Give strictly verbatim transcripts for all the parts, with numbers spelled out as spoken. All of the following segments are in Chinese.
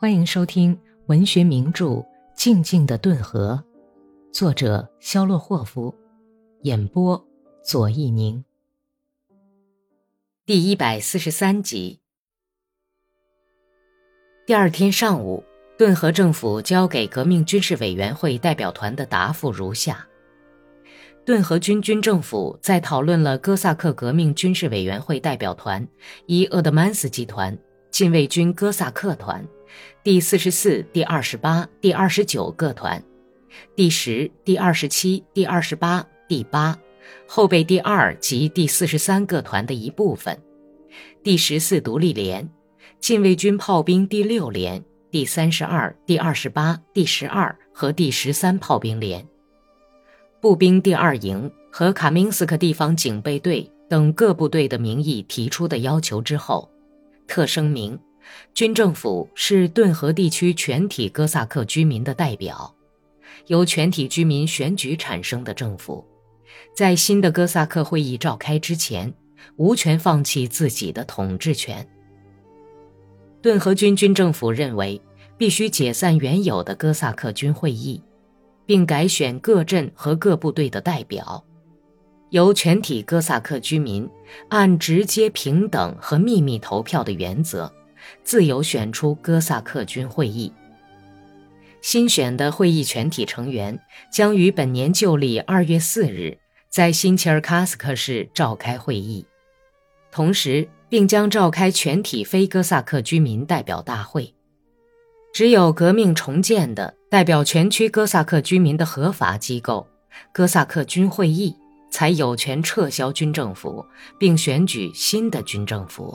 欢迎收听文学名著《静静的顿河》，作者肖洛霍夫，演播左一宁。第一百四十三集。第二天上午，顿河政府交给革命军事委员会代表团的答复如下：顿河军军政府在讨论了哥萨克革命军事委员会代表团以鄂德曼斯基团、禁卫军哥萨克团、第四十四、第二十八、第二十九各团、第十、第二十七、第二十八、第八、后备第二及第四十三各团的一部分，第十四独立连、禁卫军炮兵第六连、第三十二、第二十八、第十二和第十三炮兵连、步兵第二营和卡明斯克地方警备队等各部队的名义提出的要求之后，特声明军政府是顿河地区全体哥萨克居民的代表，由全体居民选举产生的政府，在新的哥萨克会议召开之前，无权放弃自己的统治权。顿河军军政府认为，必须解散原有的哥萨克军会议，并改选各镇和各部队的代表，由全体哥萨克居民按直接平等和秘密投票的原则，自由选出哥萨克军会议。新选的会议全体成员将于本年旧历二月四日在新切尔卡斯克市召开会议，同时并将召开全体非哥萨克居民代表大会。只有革命重建的代表全区哥萨克居民的合法机构哥萨克军会议才有权撤销军政府，并选举新的军政府。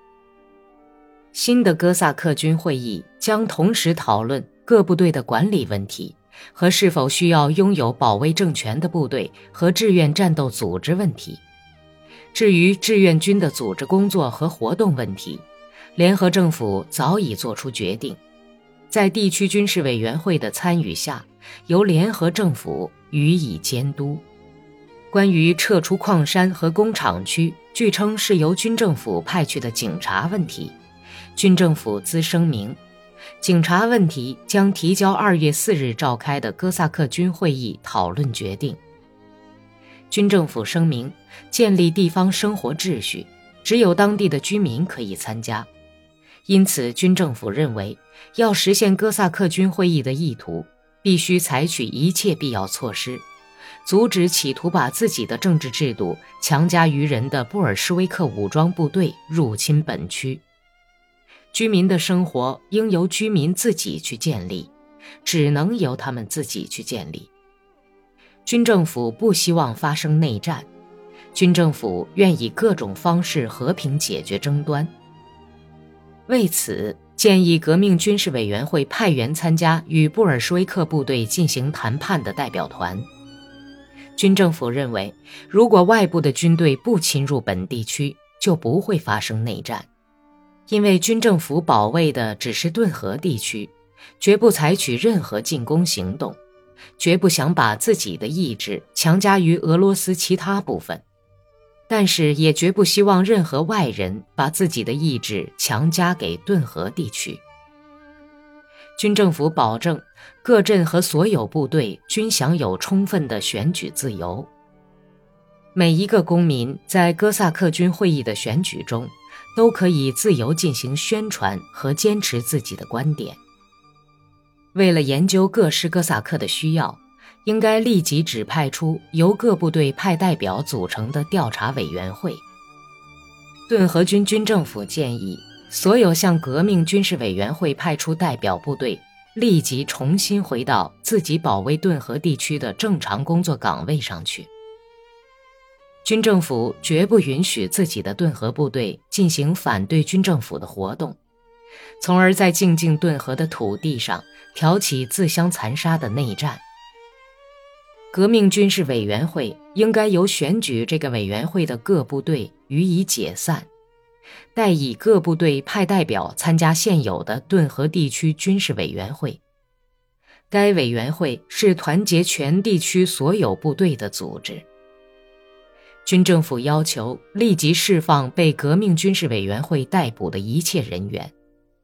新的哥萨克军会议将同时讨论各部队的管理问题和是否需要拥有保卫政权的部队和志愿战斗组织问题。至于志愿军的组织工作和活动问题，联合政府早已做出决定，在地区军事委员会的参与下，由联合政府予以监督。关于撤出矿山和工厂区据称是由军政府派去的警察问题，军政府兹声明，警察问题将提交二月四日召开的哥萨克军会议讨论决定。军政府声明，建立地方生活秩序，只有当地的居民可以参加。因此，军政府认为，要实现哥萨克军会议的意图，必须采取一切必要措施，阻止企图把自己的政治制度强加于人的布尔什维克武装部队入侵本区。居民的生活应由居民自己去建立，只能由他们自己去建立。军政府不希望发生内战，军政府愿以各种方式和平解决争端。为此，建议革命军事委员会派员参加与布尔什维克部队进行谈判的代表团。军政府认为，如果外部的军队不侵入本地区，就不会发生内战。因为军政府保卫的只是顿河地区，绝不采取任何进攻行动，绝不想把自己的意志强加于俄罗斯其他部分，但是也绝不希望任何外人把自己的意志强加给顿河地区。军政府保证各镇和所有部队均享有充分的选举自由，每一个公民在哥萨克军会议的选举中都可以自由进行宣传和坚持自己的观点。为了研究各师哥萨克的需要，应该立即指派出由各部队派代表组成的调查委员会。顿河军军政府建议，所有向革命军事委员会派出代表部队立即重新回到自己保卫顿河地区的正常工作岗位上去。军政府绝不允许自己的顿河部队进行反对军政府的活动，从而在静静顿河的土地上挑起自相残杀的内战。革命军事委员会应该由选举这个委员会的各部队予以解散，代以各部队派代表参加现有的顿河地区军事委员会。该委员会是团结全地区所有部队的组织。军政府要求立即释放被革命军事委员会逮捕的一切人员，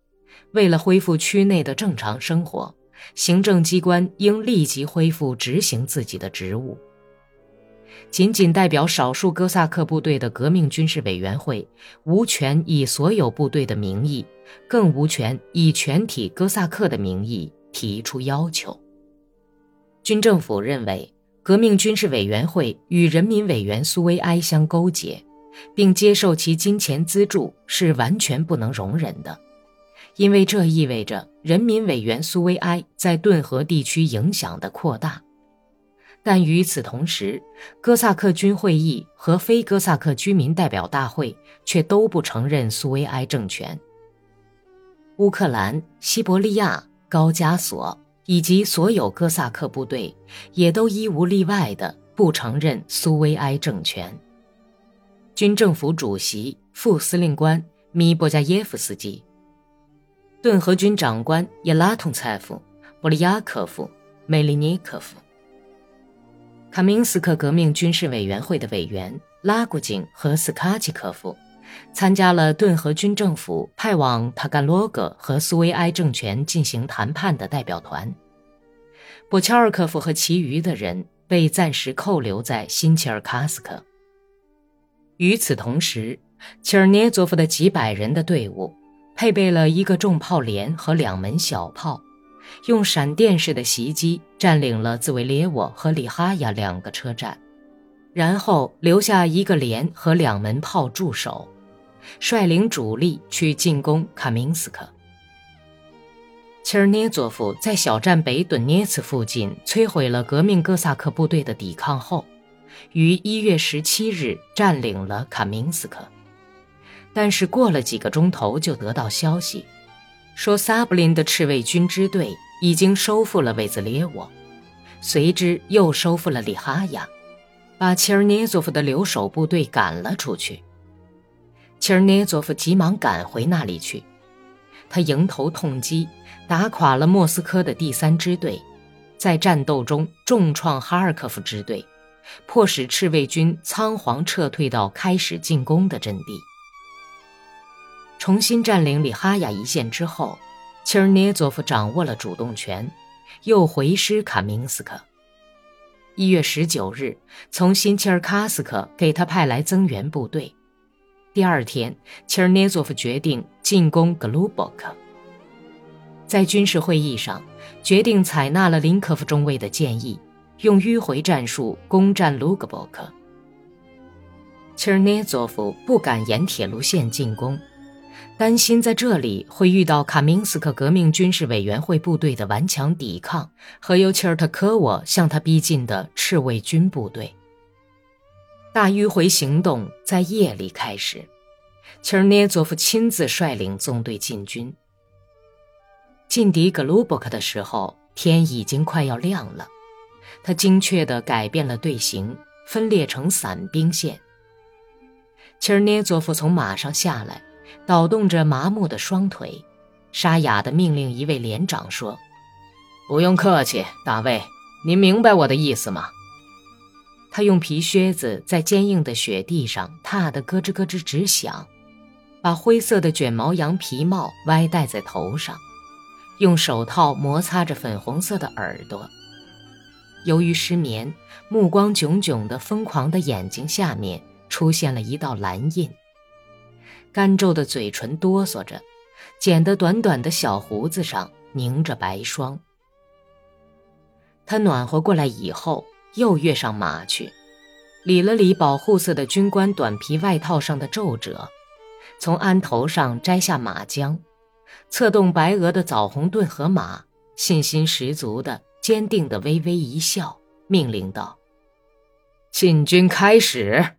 为了恢复区内的正常生活，行政机关应立即恢复执行自己的职务。仅仅代表少数哥萨克部队的革命军事委员会无权以所有部队的名义，更无权以全体哥萨克的名义提出要求。军政府认为革命军事委员会与人民委员苏维埃相勾结，并接受其金钱资助是完全不能容忍的，因为这意味着人民委员苏维埃在顿河地区影响的扩大。但与此同时，哥萨克军会议和非哥萨克居民代表大会却都不承认苏维埃政权。乌克兰、西伯利亚、高加索以及所有哥萨克部队也都一无例外地不承认苏维埃政权。军政府主席、副司令官米波加耶夫斯基、顿河军长官叶拉通采夫、布里亚科夫、梅利涅科夫、卡明斯克革命军事委员会的委员拉古金和斯卡奇科夫参加了顿河军政府派往塔甘罗格和苏维埃政权进行谈判的代表团。波乔尔科夫和其余的人被暂时扣留在新切尔卡斯克。与此同时，切尔涅佐夫的几百人的队伍配备了一个重炮连和两门小炮，用闪电式的袭击占领了兹维列沃和里哈亚两个车站，然后留下一个连和两门炮驻守，率领主力去进攻卡明斯克。切尔涅佐夫在小站北顿涅茨附近摧毁了革命哥萨克部队的抵抗后，于一月十七日占领了卡明斯克。但是过了几个钟头就得到消息，说萨布林的赤卫军支队已经收复了韦兹列沃，随之又收复了里哈亚，把切尔涅佐夫的留守部队赶了出去。切尔涅佐夫急忙赶回那里去，他迎头痛击，打垮了莫斯科的第三支队，在战斗中重创哈尔科夫支队，迫使赤卫军仓皇撤退到开始进攻的阵地。重新占领里哈亚一线之后，切尔涅佐夫掌握了主动权，又回师卡明斯克。一月十九日，从新切尔卡斯克给他派来增援部队。第二天，切尔涅佐夫决定进攻格鲁伯克。在军事会议上，决定采纳了林科夫中尉的建议，用迂回战术攻占卢格伯克。切尔涅佐夫不敢沿铁路线进攻，担心在这里会遇到卡明斯克革命军事委员会部队的顽强抵抗和由切尔特科沃向他逼近的赤卫军部队。大迂回行动在夜里开始，切尔涅佐夫亲自率领纵队进军。进抵格鲁伯克的时候，天已经快要亮了。他精确地改变了队形，分裂成散兵线。切尔涅佐夫从马上下来，抖动着麻木的双腿，沙哑地命令一位连长说：“不用客气，大卫，您明白我的意思吗？”他用皮靴子在坚硬的雪地上踏得咯吱咯吱直响，把灰色的卷毛羊皮帽歪戴在头上，用手套摩擦着粉红色的耳朵。由于失眠，目光炯炯的疯狂的眼睛下面出现了一道蓝印，干皱的嘴唇哆嗦着，剪得短短的小胡子上凝着白霜。他暖和过来以后，又跃上马去，理了理保护色的军官短皮外套上的皱褶，从鞍头上摘下马缰，策动白鹅的枣红顿河马，信心十足的坚定地微微一笑，命令道：“进军开始。”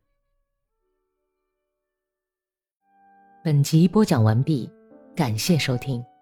本集播讲完毕，感谢收听。